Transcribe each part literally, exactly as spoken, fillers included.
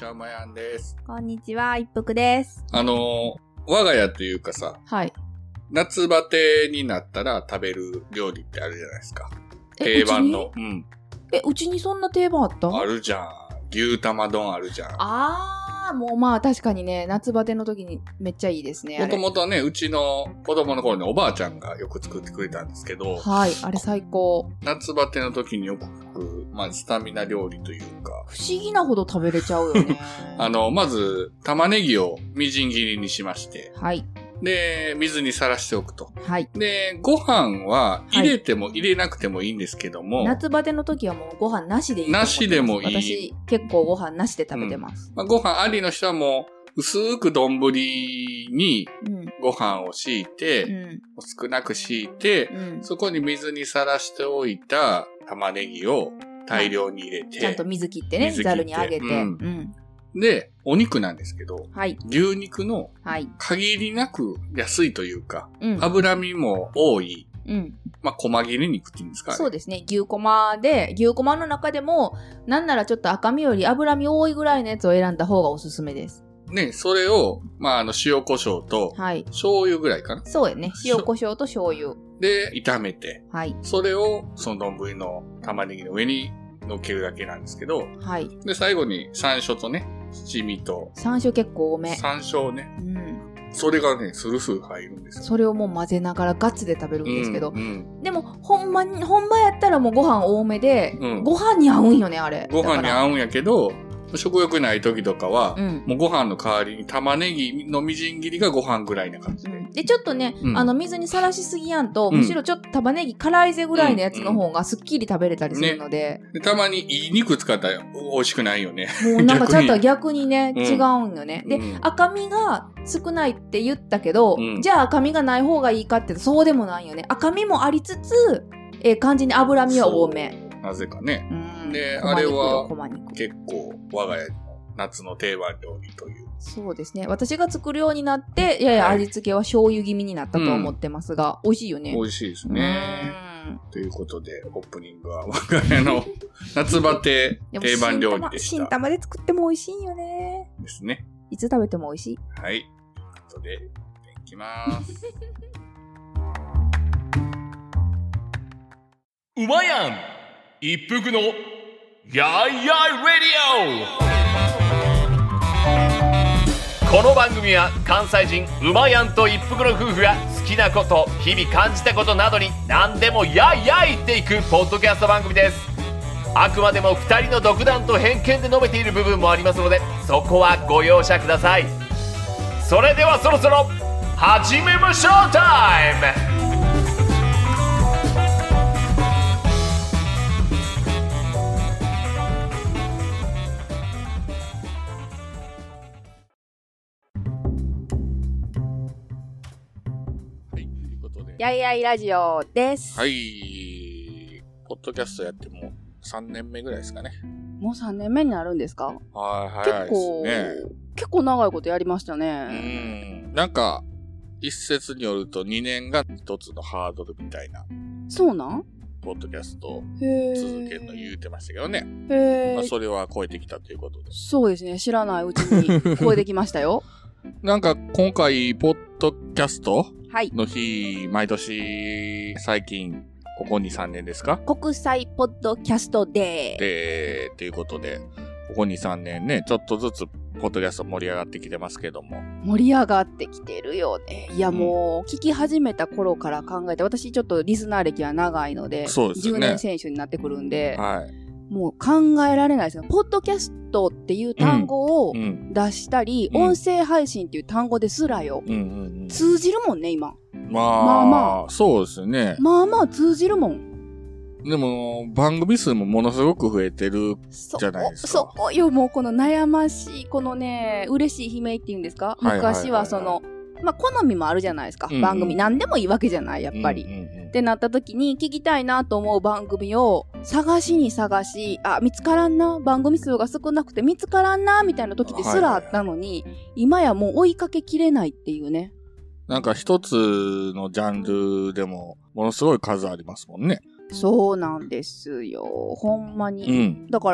ちは、まやんです。 こんにちは、一服です。 あの、我が家というかさ、 はい。 夏バテになったら食べる料理ってあるじゃないですか。定番の。 うん。え、うちにそんな定番あった？ あるじゃん。牛玉丼あるじゃん。 あー、もうまあ確かにね、夏バテの時にめっちゃいいですね。 もともとね、うちの子供の頃におばあちゃんがよく作ってくれたんですけど。 はい、あれ最高。 夏バテの時によく食う、まあスタミナ料理というか。 不思議なほど食べれちゃうよね。 あの、まず、玉ねぎをみじん切りにしまして。 はい。 で、水にさらしておくと。 はい。 で、ご飯は入れても入れなくてもいいんですけども。はい、 夏バテの時はもうご飯なしでいいと思ってます。 なしでもいい。 私結構ご飯なしで食べてます。 うんまあ、ご飯ありの人はもう薄く丼にご飯を敷いて、うん、少なく敷いて、うん、そこに水にさらしておいた玉ねぎを大量に入れて。 ちゃんと水切ってね、ざるにあげて。うんうんで、お肉なんですけど、 はい、 牛肉の限りなく安いというか、 うん、 脂身も多い、 うん、 まあ、細切れ肉って言うんですかね。 そうですね。牛こまで、牛こまの中でも、なんならちょっと赤身より脂身多いぐらいのやつを選んだ方がおすすめです。 ね、それを、まあ、あの、塩胡椒と、はい。醤油ぐらいかな。 そうやね。塩胡椒と醤油。 で、炒めて、 はい。 それを、その丼の玉ねぎの上に乗っけるだけなんですけど、 はい。 で、最後に山椒とね、七味と。 山椒結構多め。 山椒ね。 うん。 それがね、スルスル入るんですよ。 それをもう混ぜながらガッツで食べるんですけど。 うんうん、 でも、ほんまに、ほんまやったらもうご飯多めで、うん、ご飯に合うんよね、あれ。 ご飯に合うんやけど、食欲ない時とかは、うん、もうご飯の代わりに玉ねぎのみじん切りがご飯ぐらいな感じで。 うん、で、ちょっとね、うん、あの、水にさらしすぎやんと、うん、むしろちょっと玉ねぎ辛いぜぐらいのやつの方がすっきり食べれたりするので。 ね、でたまにいい肉使ったら美味しくないよね。 もうなんかちょっと逆にね、違うんよね。で、うん、赤身が少ないって言ったけど、うん、じゃあ赤身がない方がいいかってそうでもないよね。赤身もありつつ、えー、感じに脂身は多め。 なぜかね。うん、で、あれは結構我が家の夏の定番料理という。 そうですね。私が作るようになって、やや味付けは醤油気味になったと思ってますが、うん、美味しいよね。 美味しいですね。ということで、オープニングは我が家の夏バテ定番料理でした。 新玉で作っても美味しいよね。 ですね。 いつ食べても美味しい。 はい。ということで、いきます。 うまやん一服のやいやいレディオ。この番組は関西人うまやんと一服の夫婦が好きなこと、日々感じたことなどに何でもやいやい言っていくポッドキャスト番組です。あくまでもふたりの独断と偏見で述べている部分もありますので、そこはご容赦ください。それではそろそろ始めましょうタイム。 やいやいラジオです。 はい。ポッドキャストやってもさんねんめぐらいですかね。 もうさんねんめになるんですか？ はい、早いですね。 結構、結構長いことやりましたね。うん。なんか、一説によるとにねんが一つのハードルみたいな。 そうなん？ ポッドキャストを続けるの言うてましたけどね。 へー。 まあ、それは超えてきたということで。 そうですね。知らないうちに超えてきましたよ。 なんか今回、ポッドキャストの日、 はい、 毎年、最近、ここに、さんねんですか？ 国際ポッドキャストデー。 で、ということで、ここに、さんねんね、ちょっとずつ、ポッドキャスト盛り上がってきてますけども。 盛り上がってきてるよね。いや、もう、聞き始めた頃から考えて、私ちょっとリスナー歴は長いので、 そうですね。 じゅうねん選手になってくるんで、 はい。 もう考えられないですよ。ポッドキャストっていう単語を出したり、うんうん、音声配信っていう単語ですらよ、うんうんうん、通じるもんね、今。 まあ、まあまあ、そうですね。 まあまあ通じるもん。 でも、番組数もものすごく増えてるじゃないですか。 そこ、そこよ、もうこの悩ましい、このね、嬉しい悲鳴っていうんですか、はいはいはいはい、昔はその、まあ、好みもあるじゃないですか。うんうん、番組。何でもいいわけじゃない、やっぱり。うんうんうん、ってなった時に、聞きたいなと思う番組を、探しに探し、あ、見つからんな、番組数が少なくて見つからんな、みたいな時ですらあったのに、はいはいはい、今やもう追いかけきれないっていうね。 なんか一つのジャンルでも、ものすごい数ありますもんね。 そうなんですよ。ほんまに。うん、だから、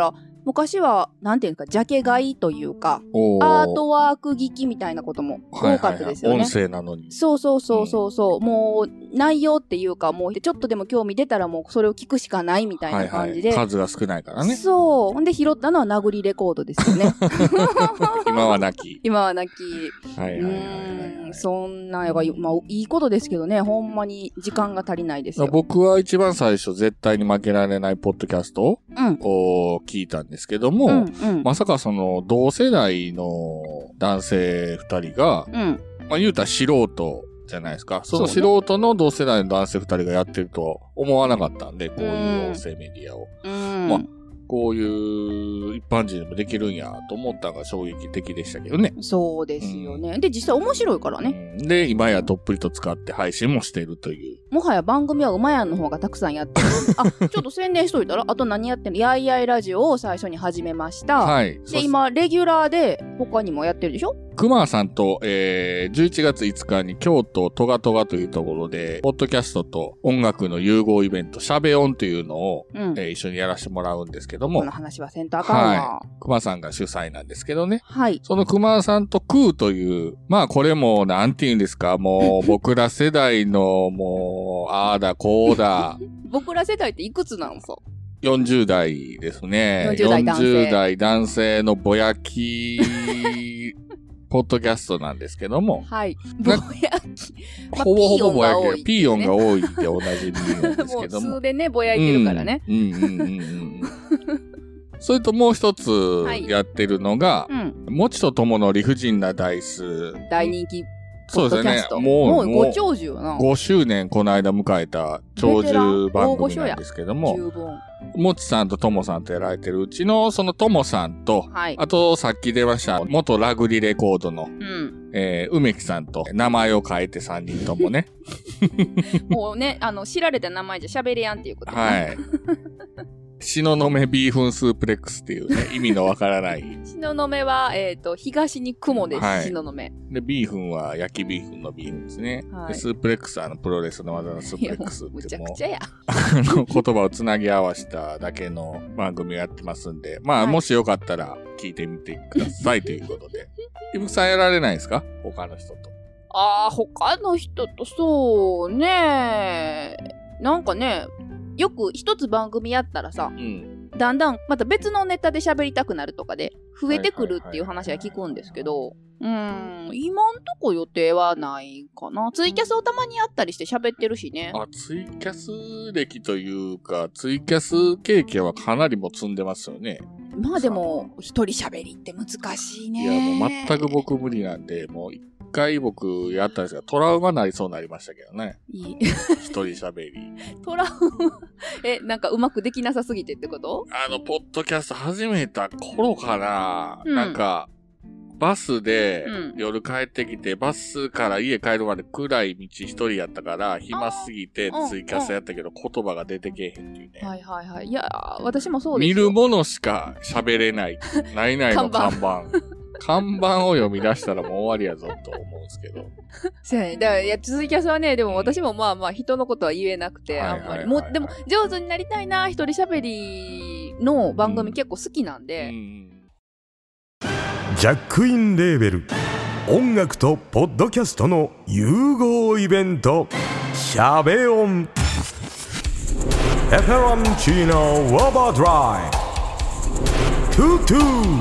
昔は、なんていうんですか、ジャケ買いというか、アートワーク聞きみたいなことも多かったですよね。はいはいはい、 音声なのに。 そうそうそうそうそう、うん、もう内容っていうか、もうちょっとでも興味出たらもうそれを聞くしかないみたいな感じで。 はいはい、数が少ないからね。 そう。ほんで拾ったのは殴りレコードですよね。 今はなき。 今はなき。 はいはいはい、はい、 うん、そんな、まあ、いいことですけどね、ほんまに時間が足りないですよ。 僕は一番最初絶対に負けられないポッドキャストを聞いたんですけども、うんうん、まさかその同世代の男性二人が、うん、まあ言うたら素人じゃないですか。その素人の同世代の男性二人がやってるとは思わなかったんで、こういう音声メディアを。うん、まあこういう一般人でもできるんやと思ったのが衝撃的でしたけどね。 そうですよね。うん、で、実際面白いからね、 うん。で、今やどっぷりと使って配信もしているという。 もはや番組はうまやんの方がたくさんやってる。あ、ちょっと宣伝しといたら、あと何やってるの？やいやいラジオを最初に始めました。はい。で、今、レギュラーで他にもやってるでしょ？ 熊さんと、えー、じゅういちがついつかに京都トガトガというところで、ポッドキャストと音楽の融合イベント、しゃべ音というのを、うんえー、一緒にやらせてもらうんですけども。 この話はせんとあかんわ。 はい。熊さんが主催なんですけどね。 はい。 その熊さんとクーという、まあこれも、なんて言うんですか、もう僕ら世代の、もう、ああだこうだ。 僕ら世代っていくつなんすか？ よんじゅう代ですね。 よんじゅう代男性。 よんじゅう代男性のぼやき、ポッドキャストなんですけども。 はい。ぼやき。 まあ、ほぼほぼぼやき。ピー音が多いっておなじみなんですけども。 もう数でね、ぼやいてるからね。 うん、うん、うん、うん。それともう一つやってるのが、はいうん、もちとともの理不尽なダイス。 大人気。 そうですね。 もう、もうご長寿よな。 ごしゅうねんこの間迎えた長寿番組なんですけども。 十分。 もちさんとともさんとやられてるうちの、そのともさんと、はい、あとさっき出ました、元ラグリレコードの、うんえー、梅木さんと名前を変えてさんにんともね。 もうね、あの、知られた名前じゃ喋れやんっていうことね。 はい。しののめビーフンスープレックスっていうね、意味のわからない。 しののめは、えっ、ー、と、東に雲です、はい、しののめ。 で、ビーフンは焼きビーフンのビーフンですね。はい、でスープレックスはあの、プロレスの技のスープレックスっていう。 むちゃくちゃや。 あの、言葉をつなぎ合わせただけの番組をやってますんで、まあ、はい、もしよかったら聞いてみてくださいということで。イブさんやられないですか？他の人と。 ああ、他の人と、そうね。なんかね、よく一つ番組やったらさ、うん、だんだんまた別のネタで喋りたくなるとかで増えてくるっていう話は聞くんですけど、うーん、今んとこ予定はないかな。ツイキャスをたまにやったりして喋ってるしね。 あ、ツイキャス歴というか、ツイキャス経験はかなりも積んでますよね。 まあでも、一人喋りって難しいね。 いや、もう全く僕無理なんで、もう一回僕やったんですが、トラウマになりそうになりましたけどね。いい。一人喋り。 トラウマえ、なんかうまくできなさすぎてってこと？ あの、ポッドキャスト始めた頃かな、うん、なんか、バスで夜帰ってきて、うん、バスから家帰るまで暗い道一人やったから、暇すぎてツイキャスやったけど言葉が出てけえへんっていうね。 はいはいはい。いや、私もそうですよ。 見るものしか喋れない。ないないの看板。看板を読み出したらもう終わりやぞと思うんですけど。 そうやね。だから、いや、ツイキャスはね、でも私もまあまあ人のことは言えなくて、あんまり。もう、でも上手になりたいな、一人喋りの番組結構好きなんで。うんうんジャックインレーベル音楽とポッドキャストの融合イベントシャベオンエフェロンチーノウォーバードライトゥトゥ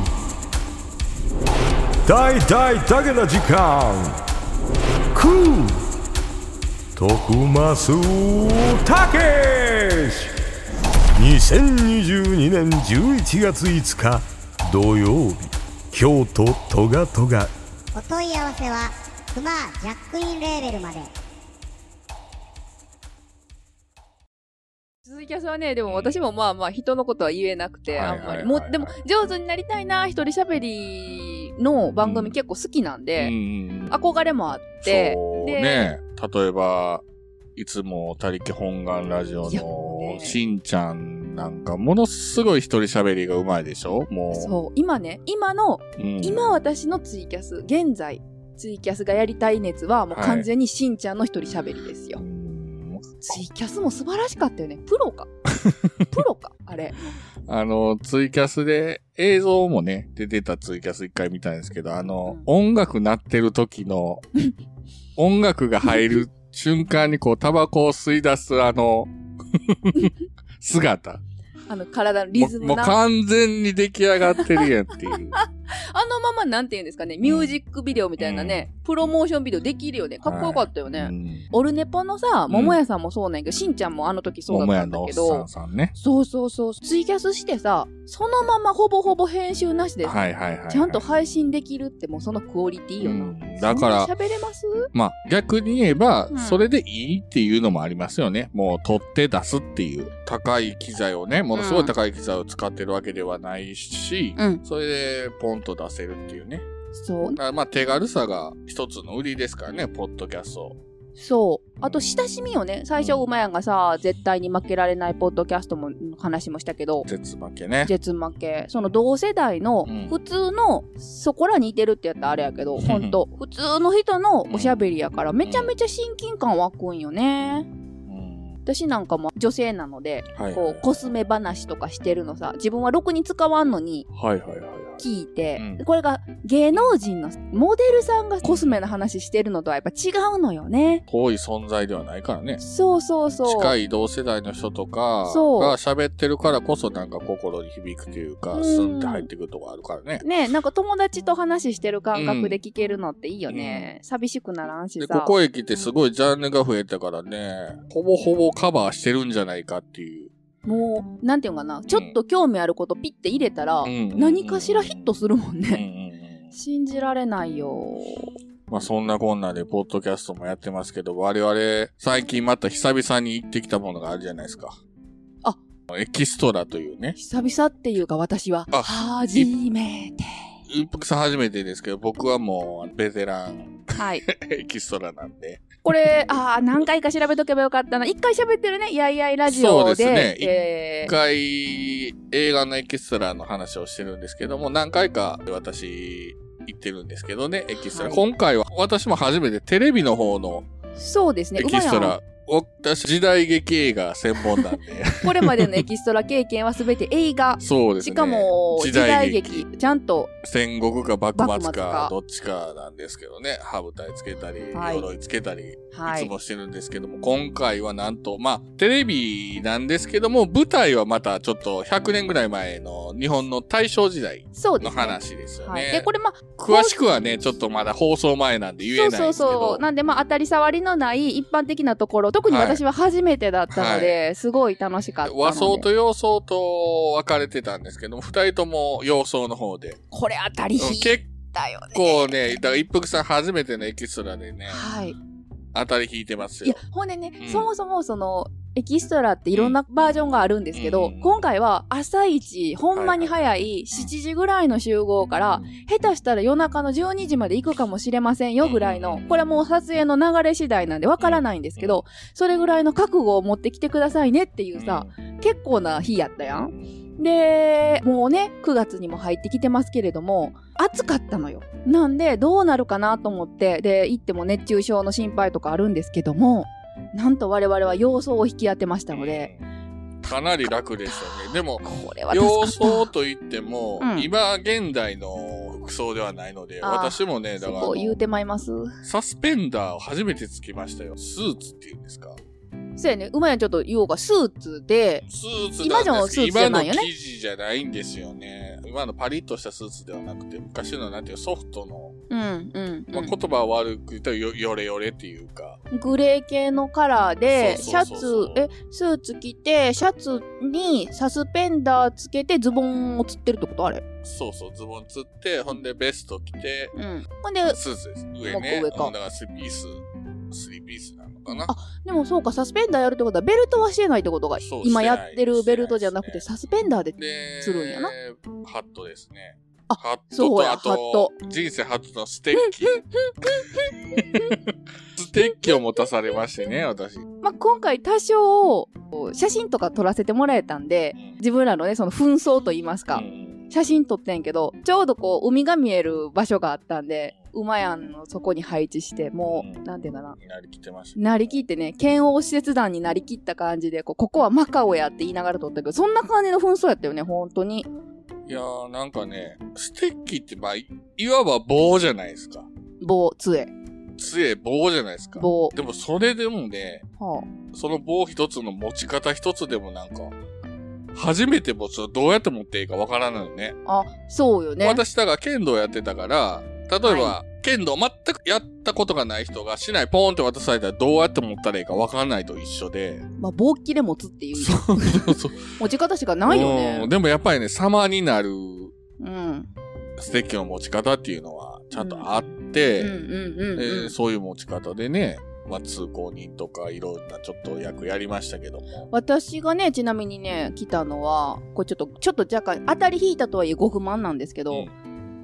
大大だけな時間クー徳増たけしにせんにじゅうにねんじゅういちがついつか土曜日京都トガトガ。 お問い合わせはクマジャックインレーベルまで。 ツイキャスはね、でも私もまあまあ人のことは言えなくて、あんまり。もう、でも上手になりたいな、一人喋りの番組結構好きなんで、うん、憧れもあって。 そうね。例えば、いつも他力本願ラジオのしんちゃんなんかものすごい一人喋りがうまいでしょ？もう。 そう。今ね、今の、うん、今私のツイキャス、現在ツイキャスがやりたい熱はもう完全にしんちゃんの一人喋りですよ。はい、ツイキャスも素晴らしかったよね。プロか。プロか。あれ。 あの、ツイキャスで、映像もね、出てたツイキャス一回見たんですけど、あの、うん、音楽鳴ってる時の、音楽が入る瞬間にこう、タバコを吸い出すあの、姿。 あの、体のリズムな。 もう完全に出来上がってるやんっていう。 あのままなんて言うんですかね、ミュージックビデオみたいなね、うん、プロモーションビデオできるよね。かっこよかったよね。はい、うん、オルネポのさ、桃屋さんもそうなんやけど、しんちゃんもあの時そうだったんだけど。 桃屋のおっさんさんね。 そうそうそう。ツイキャスしてさ、そのままほぼほぼ編集なしでさ、はいはいはいはい、ちゃんと配信できるってもうそのクオリティよな。うん、 だから、 喋れます？ まあ逆に言えば、うん、それでいいっていうのもありますよね。もう撮って出すっていう。高い機材をね、ものすごい高い機材を使ってるわけではないし、うん、それでポンと出せるっていうね。 そう。 まあ手軽さが一つの売りですからね、ポッドキャスト。 そう。あと親しみよね。最初馬やんがさ、うん、絶対に負けられないポッドキャストも話もしたけど。 絶負けね。 絶負け。その同世代の普通の、うん、そこら似てるってやったらあれやけど、ほんと、普通の人のおしゃべりやから、めちゃめちゃ親近感湧くんよね。私なんかも女性なので、はいはいはい、こうコスメ話とかしてるのさ、自分はろくに使わんのに聞いて、はいはいはいはい、これが芸能人のモデルさんがコスメの話してるのとはやっぱ違うのよね。 遠い存在ではないからね。 そうそうそう。 近い同世代の人とかが喋ってるからこそなんか心に響くというか、スンって入ってくるとこあるからね。 ねえ、なんか友達と話してる感覚で聞けるのっていいよね。うん、寂しくならんしさ。 で、ここへ来てすごいジャンルが増えたからね、ほぼほぼカバーしてるんじゃないかっていう。 もう、なんていうのかな、ちょっと興味あることピッて入れたら、うん、何かしらヒットするもんね。うんうんうん、信じられないよ。 まあそんなこんなでポッドキャストもやってますけど、我々最近また久々に行ってきたものがあるじゃないですか。 あ、 エキストラというね。 久々っていうか私は初めて。 一服さん初めてですけど、僕はもうベテラン、はい、エキストラなんで。 これ、ああ、何回か調べとけばよかったな。一回喋ってるね、やいやいラジオで。そうですね。 えー、一回映画のエキストラの話をしてるんですけども、何回か私行ってるんですけどね、エキストラ。はい、今回は私も初めてテレビの方のそうですね、 エキストラ。私、時代劇映画専門なんで。 これまでのエキストラ経験はすべて映画。 そうですね。 しかも、時代劇。ちゃんと。 戦国か幕末か、どっちかなんですけどね。羽舞台つけたり、はい、鎧つけたり、はい、いつもしてるんですけども、今回はなんと、まあ、テレビなんですけども、舞台はまたちょっとひゃくねんぐらい前の日本の大正時代の話ですよね。 はい、で、これまあ、 詳しくはね、ちょっとまだ放送前なんで言えないんですけど。そうそうそう。 なんでまあ、当たり障りのない一般的なところ、特に私は初めてだったので、はい、すごい楽しかったので。 和装と洋装と分かれてたんですけども、二人とも洋装の方で。 これ当たり引いたよね。 結構ね、だから一服さん初めてのエキストラでね。はい。当たり引いてますよ。 いや、ほんでね、うん、そもそもその、エキストラっていろんなバージョンがあるんですけど、うん、今回は朝一、ほんまに早いしちじぐらいの集合から、うん、下手したら夜中のじゅうにじまで行くかもしれませんよぐらいの、これはもう撮影の流れ次第なんでわからないんですけど、それぐらいの覚悟を持ってきてくださいねっていうさ、結構な日やったやん。で、もうね、くがつにも入ってきてますけれども、暑かったのよ。なんで、どうなるかなと思って、で、行っても熱中症の心配とかあるんですけども、なんと我々は洋装を引き当てましたので、 かなり楽でしたね。でも、洋装といっても、うん、今現代の服装ではないので、私もね、だから、 そう言うてまいます。 サスペンダーを初めてつけましたよ。スーツっていうんですか。 そうやね。うまいやんちょっと言おうが、スーツで、 スーツ今のスーツじゃないよね。今の生地じゃないんですよね。今のパリッとしたスーツではなくて、昔のなんていうソフトの、うんうんうん、まあ、言葉は悪く言ったらよ、よれよれっていうか。 グレー系のカラーで、シャツ、え、スーツ着て、シャツにサスペンダーつけてズボンをつってるってことあれ？ そうそう、ズボンつって、ほんでベスト着て、うん。 ほんで、 スーツです。上ね。上か。だからスリーピース、スリーピースなのかな。 あ、でもそうか、サスペンダーやるってことは、ベルトはしてないってことが、今やってるベルトじゃなくて、サスペンダーでするんやな。 ハットですね。 あ、ハットと、あと、 人生初のステッキ。ステッキを持たされましてね、私。 まあ、今回多少、写真とか撮らせてもらえたんで、自分らのね、その紛争と言いますか、 写真撮ってんけど、ちょうどこう海が見える場所があったんで、馬やんのそこに配置して、もう、うん、なんていうかな。 なりきってました、ね。 なりきってね、剣王使節団になりきった感じで、こうここはマカオやって言いながら撮ったけど、そんな感じの紛争やったよね、本当に。 いやー、なんかね、ステッキって、まあ、いわば棒じゃないですか。 棒、杖。 杖、棒じゃないですか。 棒。 でもそれでもね、 はあ、 その棒一つの持ち方一つでもなんか、初めて持つとどうやって持っていいかわからないよね。 あ、そうよね。 私だから剣道やってたから、例えば、はい、剣道全くやったことがない人が市内ポーンって渡されたらどうやって持ったらいいかわからないと一緒で。 まあ、棒っきれ持つっていう。 そうそうそう。 持ち方しかないよね。 でもやっぱりね、様になる、 うん。 ステッキの持ち方っていうのはちゃんとあって、そういう持ち方でね、まあ、通行人とかいろんなちょっと役やりましたけども。 私がね、ちなみにね、来たのは、これちょっと、ちょっと若干、当たり引いたとはいえご不満なんですけど、うん、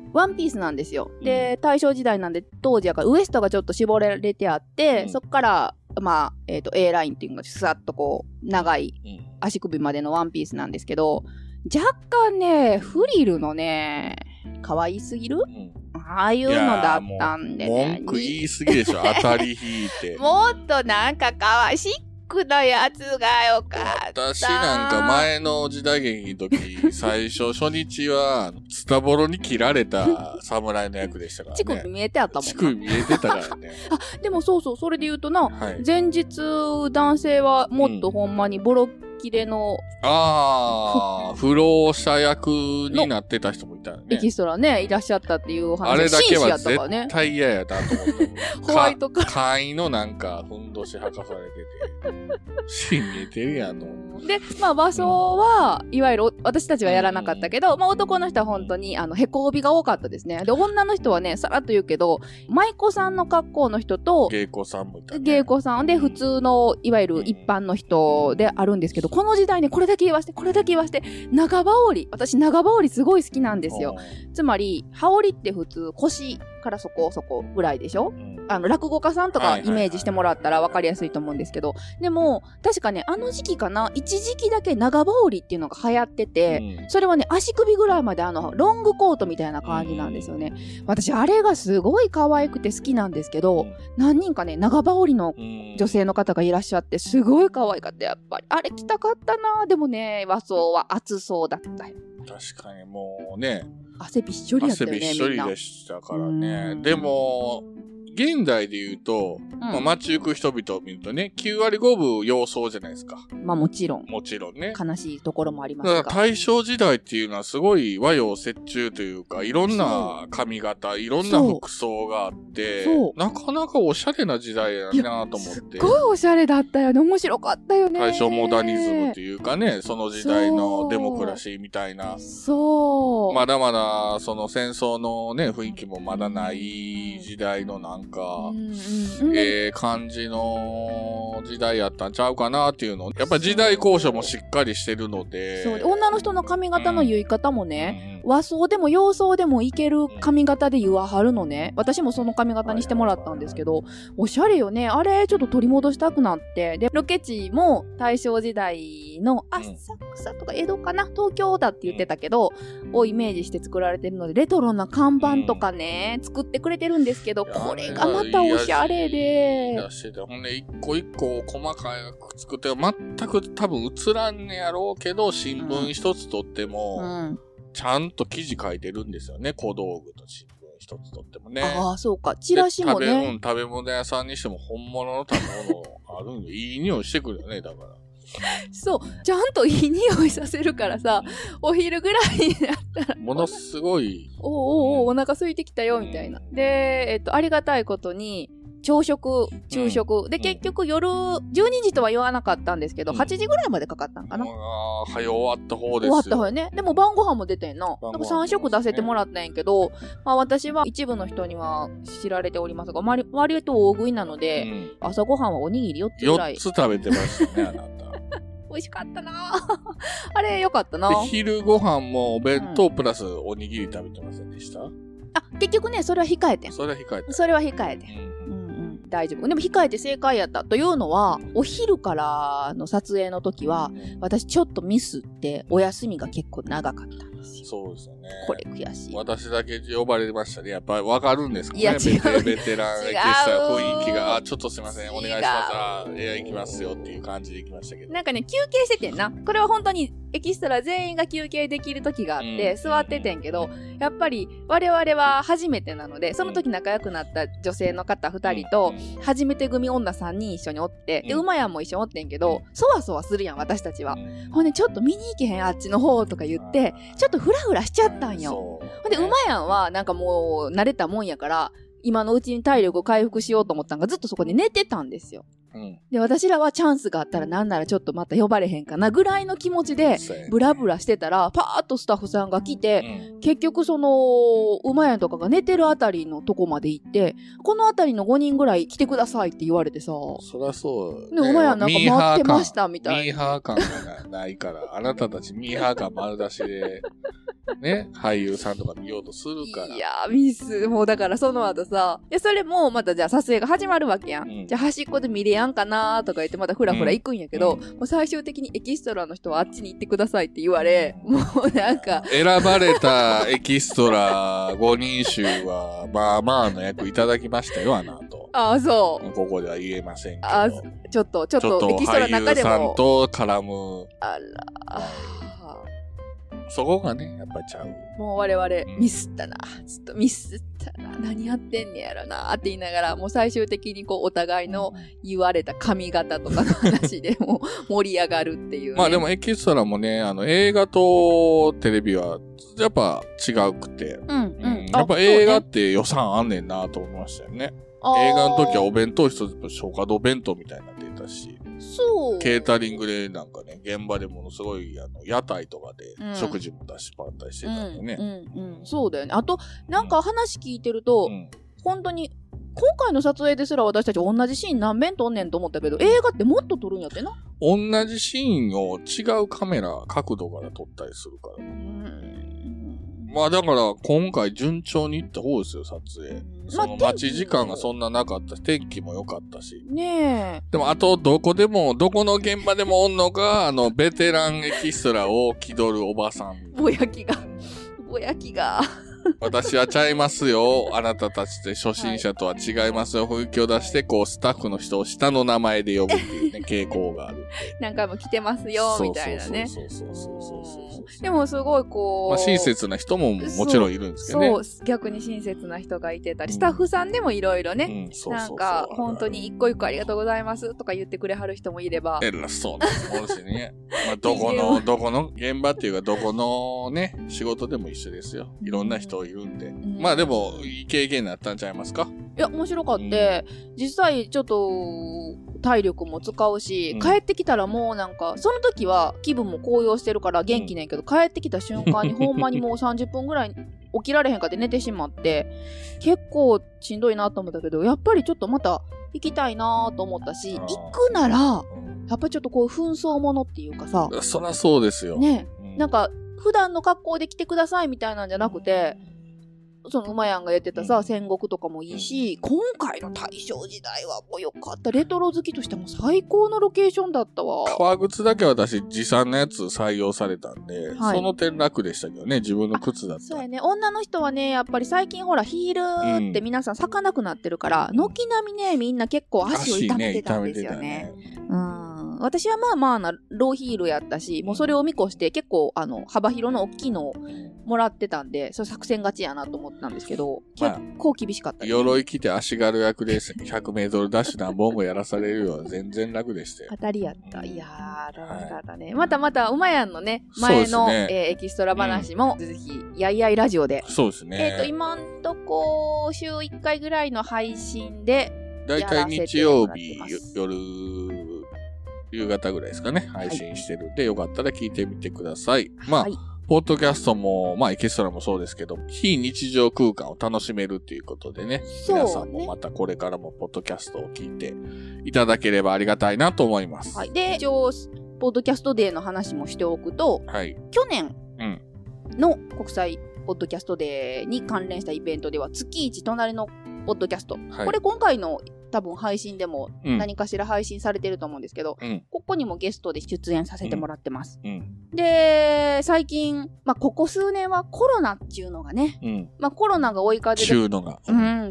ワンピースなんですよ。で、大正時代なんで、当時やからウエストがちょっと絞られてあって、うん、そっから、まあ、えっと、A ラインっていうのが、スワッとこう、長い足首までのワンピースなんですけど、若干ね、フリルのね、可愛すぎる、うん、ああいうのだったんでね。 文句言いすぎでしょ、当たり引いて。 もっとなんか可愛い、シックなやつがよかった。 私なんか前の時代劇の時、最初初日は、スタボロに切られた侍の役でしたからね。 乳首見えてあったもんな。 乳首見えてたからね。 あ、でもそうそう、それで言うとな、はい、前日男性はもっとほんまにボロ切れの、 うん、ああ、不老者役になってた人もいたよね。 エキストラね、いらっしゃったっていうお話。 あれだけは絶対嫌やなと思って。 ホワイトか。 簡易のなんか、ふんどし履かされてて、シーン見えてるやんと。 で、まあ、和装は、いわゆる、私たちはやらなかったけど、まあ、男の人は本当に、あの、へこ帯が多かったですね。で、女の人はね、さらっと言うけど、舞妓さんの格好の人と、 芸妓さんもいた、ね。 芸妓さんで、普通の、いわゆる一般の人であるんですけど、この時代にこれだけ言わして、これだけ言わして、長羽織。私、長羽織すごい好きなんですよ。つまり、羽織って普通、腰からそこそこぐらいでしょ、うん、あの、落語家さんとかイメージしてもらったら分かりやすいと思うんですけど、でも、確かね、あの時期かな、一時期だけ長羽織っていうのが流行ってて、うん、それはね、足首ぐらいまであの、ロングコートみたいな感じなんですよね。うん、私、あれがすごい可愛くて好きなんですけど、うん、何人かね、長羽織の女性の方がいらっしゃって、すごい可愛かった、やっぱり。あれ着たかったな。でもね、和装は暑そうだったよ。 確かにもうね、 汗びっしょりやったよね。 汗びっしょりでしたからね。でも、現代で言うと、うん、まあ、街行く人々を見るとね、きゅうわりごぶ洋装じゃないですか。 まあもちろん。 もちろんね。 悲しいところもありますが。 だから大正時代っていうのはすごい和洋折衷というか、いろんな髪型、いろんな服装があって、なかなかおしゃれな時代やなと思って。 すごいおしゃれだったよね。面白かったよね。 大正モダニズムというかね、その時代のデモクラシーみたいな。 そう。 まだまだ、その戦争のね、雰囲気もまだない時代のなんか、うんうん、ええー、感じの時代やったんちゃうかなっていうの。やっぱり時代交渉もしっかりしてるので。 そう。女の人の髪型の結い方もね、うん、和装でも洋装でもいける髪型で言わはるのね。私もその髪型にしてもらったんですけど、おしゃれよね。あれ、ちょっと取り戻したくなって。で、ロケ地も大正時代の浅草とか江戸かな、東京だって言ってたけど、をイメージして作られてるので、レトロな看板とかね、作ってくれてるんですけど、これがまたおしゃれで。 だしで、ほんで、一個一個細かく作って、全く多分映らんねやろうけど、新聞一つ取っても、うん、ちゃんと記事書いてるんですよね、小道具と新聞一つ取ってもね。 ああ、そうか。チラシもね。 食べ、うん、食べ物屋さんにしても本物の食べ物あるんで、いい匂いしてくるよね、だから。 そう。ちゃんといい匂いさせるからさ、お昼ぐらいになったら。 ものすごい。 おおおお、お腹空いてきたよ、みたいな。で、えっと、ありがたいことに、朝食、昼食。で、結局夜、じゅうにじとは言わなかったんですけど、はちじぐらいまでかかったんかな。ああ、早終わった方ですよ。 終わった方よね。でも晩ご飯も出てんな。なんかさん食出せてもらったんやけど、まあ私は一部の人には知られておりますが、割と大食いなので、うん、朝ごはんはおにぎりよっつぐらい。 よっつ食べてましたね、あなた。 美味しかったなあれよかったな。 で昼ご飯もお弁当プラスおにぎり食べてませんでした、うん、 あ、結局ね、それは控えてん。 それは控えてん。 それは控えてん。うんうん、大丈夫。でも控えて正解やったというのは、お昼からの撮影の時は、私ちょっとミスってお休みが結構長かったんです。 ですよ。 そうですよね。 これ悔しい。 私だけ呼ばれましたね。やっぱり分かるんですかね。 いや違うベテ、ベテランエキストラ雰囲気が、あ、ちょっとすいません、お願いします。あ、いや、行きますよっていう感じで行きましたけど。 なんかね、休憩しててんな。これは本当にエキストラ全員が休憩できる時があって、うん、座っててんけど、やっぱり我々は初めてなので、その時仲良くなった女性の方ふたりと、うん、初めて組女さんにん一緒におって、うん、で、馬やんも一緒におってんけど、そわそわするやん、私たちは。うん、ほんで、ちょっと見に行けへん、あっちの方とか言って、ちょっとフラフラしちゃったんよ。ほんで、馬やんはなんかもう慣れたもんやから、今のうちに体力を回復しようと思ったんがずっとそこで寝てたんですよ。うん、で、私らはチャンスがあったらなんならちょっとまた呼ばれへんかなぐらいの気持ちでブラブラしてたら、パーッとスタッフさんが来て、うん、結局その馬やんとかが寝てるあたりのとこまで行って、このあたりのごにんぐらい来てくださいって言われてさ。 そりゃそう、 ね。で、馬やんなんか待ってましたみたいな。 ミーハー感がないから、あなたたちミーハー感丸出しで、ね、俳優さんとか見ようとするから。 いやー、ミス。もうだからその後さ、いや、それもまたじゃあ撮影が始まるわけやん。うん、じゃあ端っこで見れやんかなーとか言ってまたフラフラ行くんやけど、うん、もう最終的にエキストラの人はあっちに行ってくださいって言われ、もうなんか。 選ばれたエキストラごにん衆は、まあまあの役いただきましたよ、あの後。 ああ、そう。 ここでは言えませんけど。 あ、ちょっと、ちょっとエキストラの中でも。 俳優さんと絡む。 あら。 そこがね、やっぱりちゃう。 もう我々、うん、ミスったな。ちょっとミスったな。何やってんねやろな。って言いながら、もう最終的にこう、お互いの言われた髪型とかの話でも盛り上がるっていう、ね。 まあでもエキストラもね、あの、映画とテレビは、やっぱ違うくて。うん、うん。やっぱ映画って予算あんねんなと思いましたよね。映画の時はお弁当一つ消化道弁当みたいになっていたし。 そう。 ケータリングでなんかね、現場でものすごい、あの、屋台とかで食事も出しっぱったりしてたんでね、 うん。うん、うん、そうだよね。あと、なんか話聞いてると、うん、本当に、今回の撮影ですら私たち同じシーン何遍撮んねんと思ったけど、映画ってもっと撮るんやってな。 同じシーンを違うカメラ、角度から撮ったりするから。うんまあだから今回順調にいった方ですよ、撮影。その待ち時間がそんななかったし、天気も良かったし。 ねえ。 でもあとどこでも、どこの現場でもおんのが、あの、ベテランエキストラを気取るおばさん。 ぼやきが。ぼやきが。 私はちゃいますよ。あなたたちって初心者とは違いますよ。雰囲気を出して、こう、スタッフの人を下の名前で呼ぶっていうね、傾向がある。 何回も来てますよ、みたいなね。 そうそうそうそうそう。 でもすごいこう。 まあ親切な人ももちろんいるんですけどね。 そう、そう逆に親切な人がいてたり、スタッフさんでもいろいろね、なんか、本当に一個一個ありがとうございますとか言ってくれはる人もいれば。 偉そうな人もおるしね。まあ、どこの、どこの現場っていうか、どこのね、仕事でも一緒ですよ。いろんな人いるんで。うんまあでも、いい経験になったんちゃいますか？ いや、面白かった。うん、実際、ちょっと、体力も使うし、うん、帰ってきたらもうなんか、その時は気分も高揚してるから元気ねんけど、うん、帰ってきた瞬間にほんまにもうさんじゅっぷんぐらい起きられへんかって寝てしまって、結構しんどいなと思ったけど、やっぱりちょっとまた行きたいなと思ったし、行くなら、やっぱりちょっとこう紛争ものっていうかさ。 そりゃそうですよ。 ね、うん、なんか、普段の格好で来てくださいみたいなんじゃなくて、その馬やんがやってたさ、うん、戦国とかもいいし、うん、今回の大正時代はもうよかった。レトロ好きとしても最高のロケーションだったわ。 革靴だけ私持参のやつ採用されたんで、はい、その点楽でしたけどね、自分の靴だった。 そうやね。女の人はね、やっぱり最近ほらヒールって皆さん履かなくなってるから、軒、うん、並みね、みんな結構足を痛めてたんですよね。ねねうん私はまあまあなローヒールやったし、もうそれを見越して結構あの幅広の大きいのをもらってたんで、それ作戦勝ちやなと思ったんですけど、結構厳しかった、ね。 鎧着て足軽役でひゃくメートルダッシュ何本もやらされるような全然楽でしたよ。 当たりやった。いやー、楽しかったね。はい、またまた、馬やんのね、前の、ねえー、エキストラ話も、うん、ぜひ、やいやいラジオで。 そうですね。 えっと、今んとこ、週いっかいぐらいの配信で、 だいたい日曜日夜、夕方ぐらいですかね、配信してるんで、はい、よかったら聞いてみてください。まあ、はい、ポッドキャストも、まあ、エキストラもそうですけど、非日常空間を楽しめるっていうことでね、ね皆さんもまたこれからもポッドキャストを聞いていただければありがたいなと思います。 はい。で、一応、ポッドキャストデーの話もしておくと、はい、去年の国際ポッドキャストデーに関連したイベントでは、月一隣のポッドキャスト。はい、これ今回の多分配信でも何かしら配信されてると思うんですけど、うん、ここにもゲストで出演させてもらってます。うんうん、で、 で、最近、まあ、ここ数年はコロナっていうのがね、うん、まあ、コロナが追い風で、 ちゅうのが、 うん、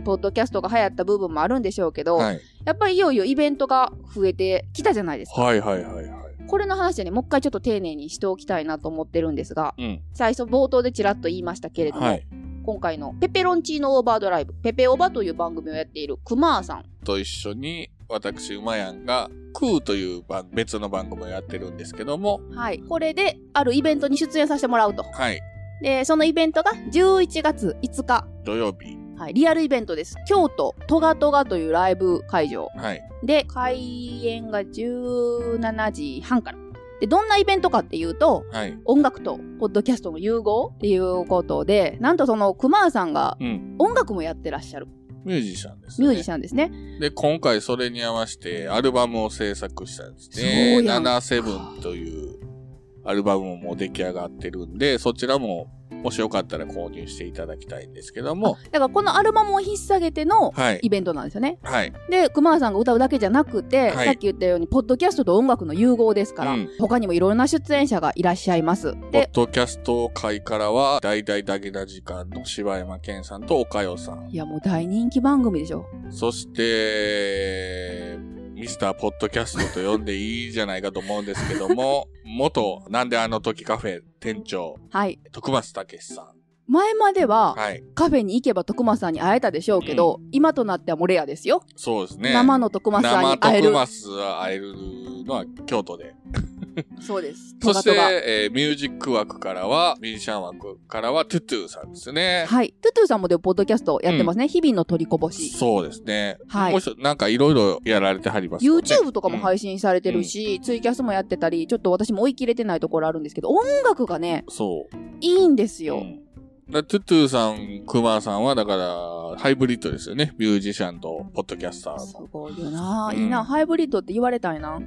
ポッドキャストが流行った部分もあるんでしょうけど、はい、やっぱりいよいよイベントが増えてきたじゃないですか。 はいはいはいはい。 これの話でね、もう一回ちょっと丁寧にしておきたいなと思ってるんですが、うん、最初冒頭でちらっと言いましたけれども、はい、今回のペペロンチーノオーバードライブ、ペペオバという番組をやっているクマーさんと一緒に、私、うまやんが、クーという番別の番組をやってるんですけども。 はい。これで、あるイベントに出演させてもらうと。 はい。 で、そのイベントがじゅういちがついつか。 土曜日。 はい。リアルイベントです。京都、トガトガというライブ会場。 はい。 で、開演がじゅうしちじはんから。で、どんなイベントかっていうと、はい、音楽とポッドキャストの融合っていうことで、なんとそのクマーさんが音楽もやってらっしゃる。 うんミュージシャンですね。 ミュージシャンですね。 で、今回それに合わせてアルバムを制作したんですね。ななじゅうななというアルバムも出来上がってるんで、そちらももしよかったら購入していただきたいんですけども。 だからこのアルバムを引っ提げてのイベントなんですよね。 はい。 で、熊谷さんが歌うだけじゃなくて、はい、さっき言ったように、ポッドキャストと音楽の融合ですから、うん、他にもいろんな出演者がいらっしゃいます。 ポッドキャスト界からは、大々だけな時間の柴山健さんと岡代さん。 いや、もう大人気番組でしょ。 そして、ミスターポッドキャストと呼んでいいじゃないかと思うんですけども、元、なんであの時カフェ店長、 はい。 徳松武さん。 前までは、はい、カフェに行けば徳松さんに会えたでしょうけど、うん、今となってはもうレアですよ。 そうですね。 生の徳松さんに会える。 生徳松は会えるのは京都で。 そうです。 そして、えー、ミュージック枠からは、ミュージシャン枠からは、トゥトゥさんですね。 はい。トゥトゥさんもでも、ポッドキャストやってますね。うん、日々の取りこぼし。 そうですね。はい。もう一つ、なんかいろいろやられてはりますね。 YouTube とかも配信されてるし、うん、ツイキャスもやってたり、ちょっと私も追い切れてないところあるんですけど、音楽がね、 そう。 いいんですよ。うんトゥトゥさん、クマさんは、だから、ハイブリッドですよね。ミュージシャンと、ポッドキャスターの。 すごいよな、うん、いいな。ハイブリッドって言われたいな。うん、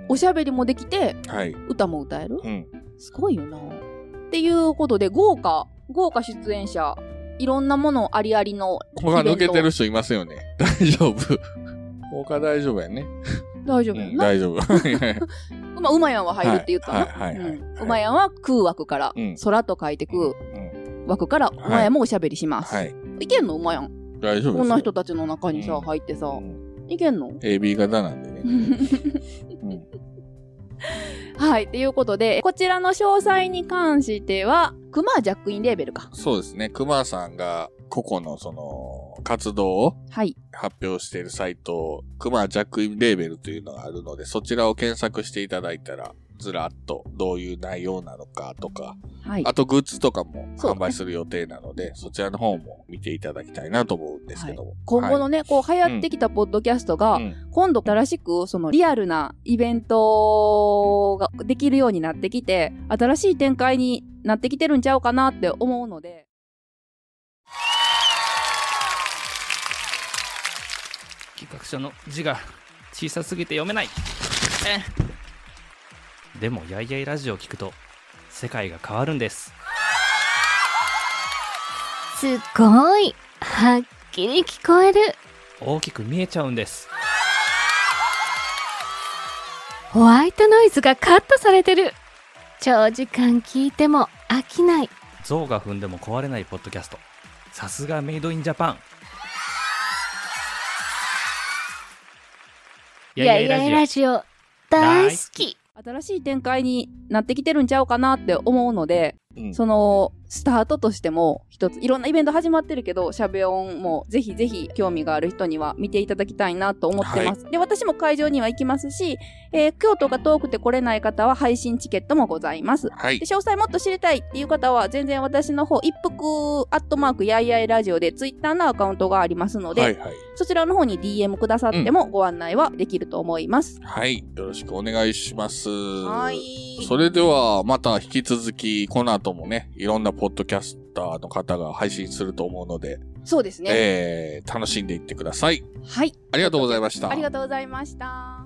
おしゃべりもできて、はい、歌も歌える、うん、すごいよな。っていうことで、豪華、豪華出演者、いろんなものありありのイベント。 他抜けてる人いますよね。大丈夫。他大丈夫やね。 大丈夫やな。 うん、大丈夫。 うま、うまやんは入るって言ったの。はい、はい、はい。うまやんは空枠から、うん、空と書いて空。うん枠から、うまやんもおしゃべりします。はい。いけんのうまやん。 大丈夫です。 こんな人たちの中にさ、うん、入ってさ、うん、いけんの ?エービー 型なんでね。うん、 はい。ということで、こちらの詳細に関しては、クマジャックインレーベルか。 そうですね。クマさんが個々のその、活動を発表しているサイト、クマジャックインレーベルというのがあるので、そちらを検索していただいたら、ずらっとどういう内容なのかとか、はい、あとグッズとかも販売する予定なので、そ、ね、そちらの方も見ていただきたいなと思うんですけども。はい、 今後のね、はい、こう流行ってきたポッドキャストが、うん、今度新しくそのリアルなイベントができるようになってきて、新しい展開になってきてるんちゃうかなって思うので。 企画書の字が小さすぎて読めない。えでもやいやいラジオを聞くと世界が変わるんです。 すごいはっきり聞こえる。 大きく見えちゃうんです。 ホワイトノイズがカットされてる。長時間聞いても飽きない。 象が踏んでも壊れないポッドキャスト。さすがメイドインジャパン。 やいやいラジオ大好き。 新しい展開になってきてるんちゃうかなって思うので、うん、そのスタートとしても一ついろんなイベント始まってるけど、しゃべ音もぜひぜひ興味がある人には見ていただきたいなと思ってます、はい、で私も会場には行きますし、えー、京都が遠くて来れない方は配信チケットもございます、はい、で詳細もっと知りたいっていう方は全然私の方一服アットマークやいやいラジオでツイッターのアカウントがありますので、はいはい、そちらの方に ディーエム くださってもご案内はできると思います、 うん、はいよろしくお願いします。はい。それではまた引き続きこの後もねいろんなポッドキャスターの方が配信すると思うので、 そうですね。 えー、楽しんでいってください。 はい。 ありがとうございました。 ありがとうございました。